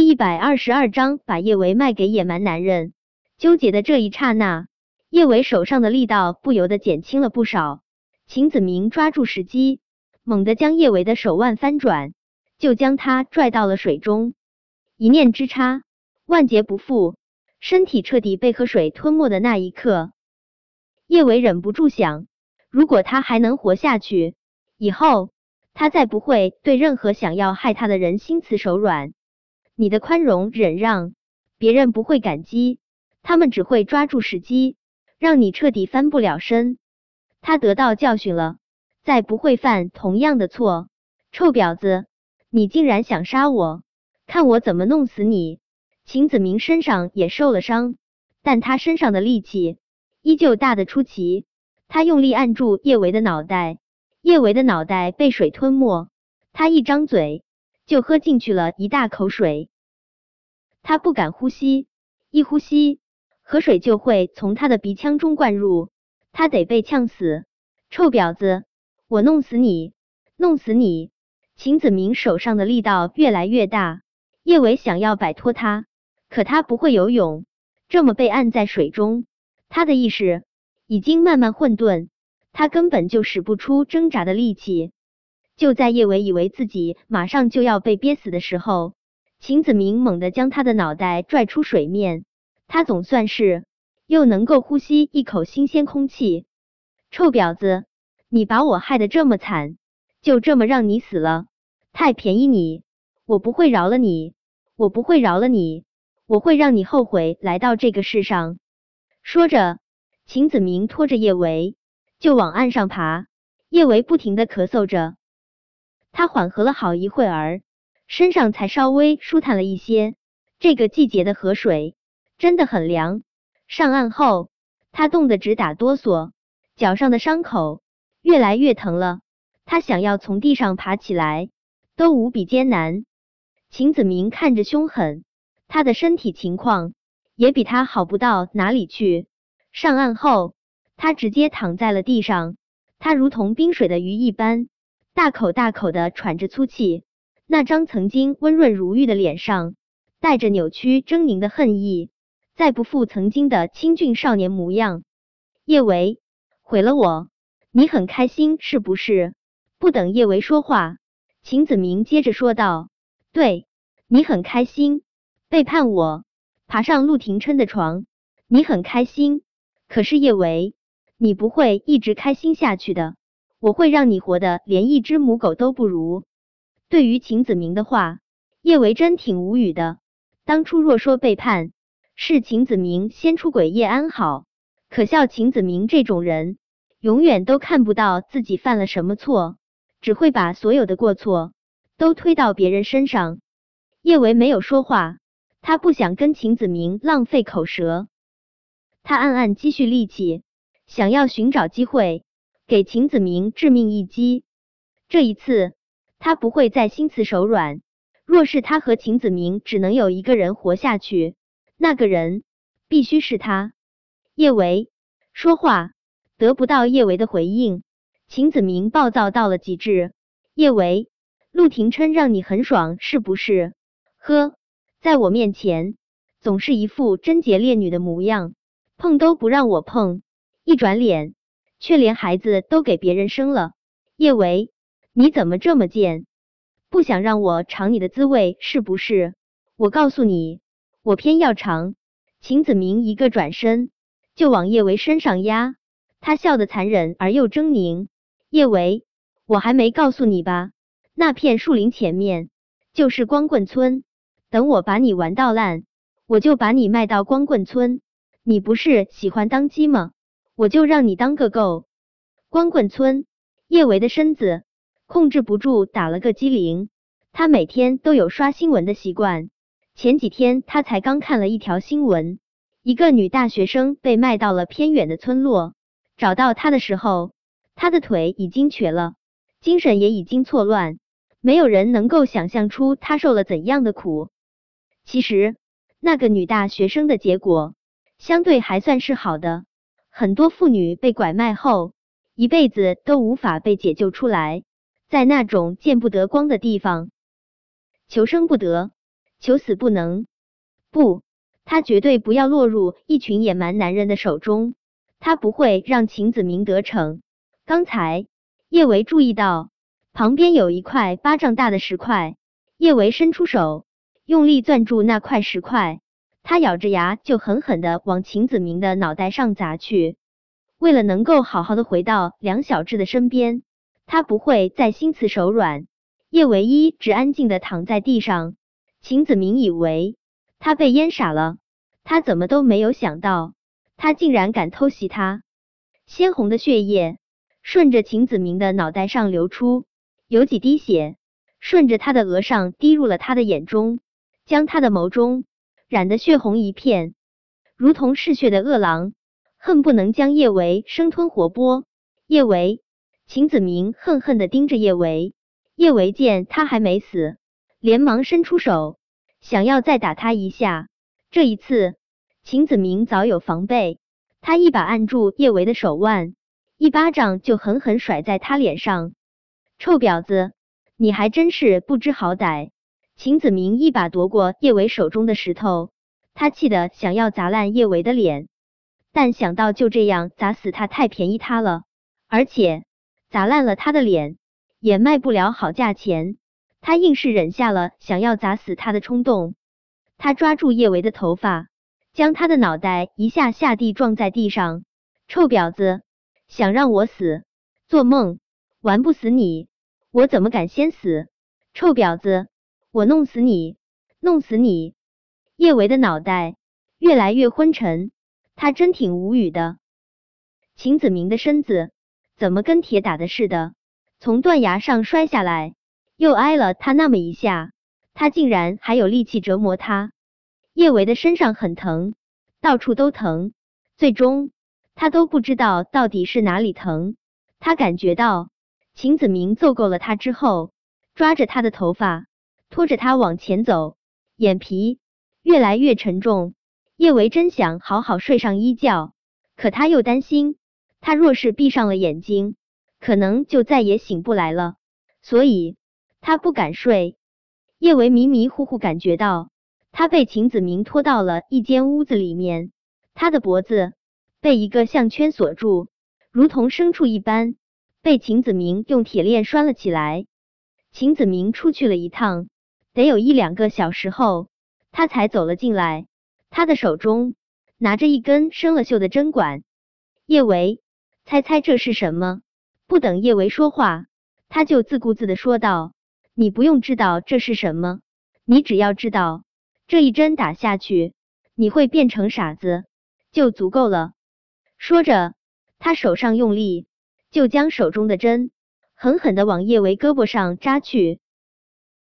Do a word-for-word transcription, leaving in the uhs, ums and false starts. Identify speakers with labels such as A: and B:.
A: 一百二十二章把叶维卖给野蛮男人。纠结的这一刹那，叶维手上的力道不由得减轻了不少。秦子明抓住时机，猛地将叶维的手腕翻转，就将他拽到了水中。一念之差，万劫不复，身体彻底被河水吞没的那一刻，叶维忍不住想，如果他还能活下去，以后他再不会对任何想要害他的人心慈手软。你的宽容忍让，别人不会感激，他们只会抓住时机，让你彻底翻不了身。他得到教训了，再不会犯同样的错。臭婊子，你竟然想杀我，看我怎么弄死你！秦子明身上也受了伤，但他身上的力气依旧大得出奇。他用力按住叶维的脑袋，叶维的脑袋被水吞没，他一张嘴就喝进去了一大口水。他不敢呼吸，一呼吸，河水就会从他的鼻腔中灌入，他得被呛死。臭婊子，我弄死你，弄死你！秦子明手上的力道越来越大，叶维想要摆脱他，可他不会游泳，这么被按在水中，他的意识已经慢慢混沌，他根本就使不出挣扎的力气。就在叶维以为自己马上就要被憋死的时候，秦子明猛地将他的脑袋拽出水面，他总算是又能够呼吸一口新鲜空气。臭婊子，你把我害得这么惨，就这么让你死了，太便宜你，我不会饶了你，我不会饶了你，我会让你后悔来到这个世上。说着，秦子明拖着叶维就往岸上爬，叶维不停地咳嗽着，他缓和了好一会儿，身上才稍微舒坦了一些。这个季节的河水真的很凉。上岸后，他冻得直打哆嗦，脚上的伤口越来越疼了，他想要从地上爬起来都无比艰难。秦子明看着凶狠，他的身体情况也比他好不到哪里去。上岸后，他直接躺在了地上，他如同冰水的鱼一般，大口大口的喘着粗气，那张曾经温润如玉的脸上带着扭曲狰狞的恨意，再不复曾经的清俊少年模样。叶维，毁了我，你很开心是不是？不等叶维说话，秦子明接着说道，对，你很开心，背叛我，爬上陆廷琛的床，你很开心，可是叶维，你不会一直开心下去的，我会让你活得连一只母狗都不如。对于秦子明的话，叶维真挺无语的。当初若说背叛是秦子明先出轨叶安好，可笑秦子明这种人永远都看不到自己犯了什么错，只会把所有的过错都推到别人身上。叶维没有说话，他不想跟秦子明浪费口舌，他暗暗积蓄力气，想要寻找机会给秦子明致命一击。这一次他不会再心慈手软，若是他和秦子明只能有一个人活下去，那个人必须是他。叶维，说话。得不到叶维的回应，秦子明暴躁到了极致。叶维，陆廷琛让你很爽是不是？呵，在我面前总是一副贞洁烈女的模样，碰都不让我碰，一转脸却连孩子都给别人生了。叶维，你怎么这么贱？不想让我尝你的滋味是不是？我告诉你，我偏要尝。秦子明一个转身就往叶维身上压，他笑得残忍而又狰狞。叶维，我还没告诉你吧，那片树林前面就是光棍村，等我把你玩到烂，我就把你卖到光棍村。你不是喜欢当鸡吗？我就让你当个够。光棍村，叶维的身子控制不住打了个激灵，他每天都有刷新闻的习惯。前几天他才刚看了一条新闻，一个女大学生被卖到了偏远的村落，找到她的时候，她的腿已经瘸了，精神也已经错乱，没有人能够想象出她受了怎样的苦。其实，那个女大学生的结果相对还算是好的，很多妇女被拐卖后，一辈子都无法被解救出来，在那种见不得光的地方求生不得， 求死不能。不，他绝对不要落入一群野蛮男人的手中，他不会让秦子明得逞。刚才叶维注意到旁边有一块巴掌大的石块，叶维伸出手，用力攥住那块石块，他咬着牙就狠狠地往秦子明的脑袋上砸去。为了能够好好的回到梁小志的身边，他不会再心慈手软。叶维一直安静的躺在地上，秦子明以为他被淹傻了，他怎么都没有想到，他竟然敢偷袭他。鲜红的血液顺着秦子明的脑袋上流出，有几滴血顺着他的额上滴入了他的眼中，将他的眸中染得血红一片，如同嗜血的饿狼，恨不能将叶维生吞活剥。叶维，秦子明恨恨地盯着叶维，叶维见他还没死，连忙伸出手，想要再打他一下。这一次，秦子明早有防备，他一把按住叶维的手腕，一巴掌就狠狠甩在他脸上。臭婊子，你还真是不知好歹！秦子明一把夺过叶维手中的石头，他气得想要砸烂叶维的脸，但想到就这样砸死他太便宜他了，而且砸烂了他的脸也卖不了好价钱，他硬是忍下了想要砸死他的冲动。他抓住叶维的头发，将他的脑袋一下下地撞在地上。臭婊子，想让我死？做梦，玩不死你！我怎么敢先死？臭婊子，我弄死你，弄死你！叶维的脑袋越来越昏沉，他真挺无语的。秦子明的身子怎么跟铁打的似的，从断崖上摔下来，又挨了他那么一下，他竟然还有力气折磨他。叶维的身上很疼，到处都疼，最终他都不知道到底是哪里疼。他感觉到秦子明揍够了他之后，抓着他的头发，拖着他往前走，眼皮越来越沉重。叶维真想好好睡上一觉，可他又担心，他若是闭上了眼睛，可能就再也醒不来了，所以他不敢睡。叶维迷迷糊糊感觉到，他被秦子明拖到了一间屋子里面，他的脖子被一个项圈锁住，如同牲畜一般，被秦子明用铁链拴了起来。秦子明出去了一趟，得有一两个小时后，他才走了进来，他的手中拿着一根生了锈的针管。叶维，猜猜这是什么？不等叶维说话，他就自顾自地说道，你不用知道这是什么，你只要知道这一针打下去，你会变成傻子，就足够了。说着，他手上用力，就将手中的针狠狠地往叶维胳膊上扎去。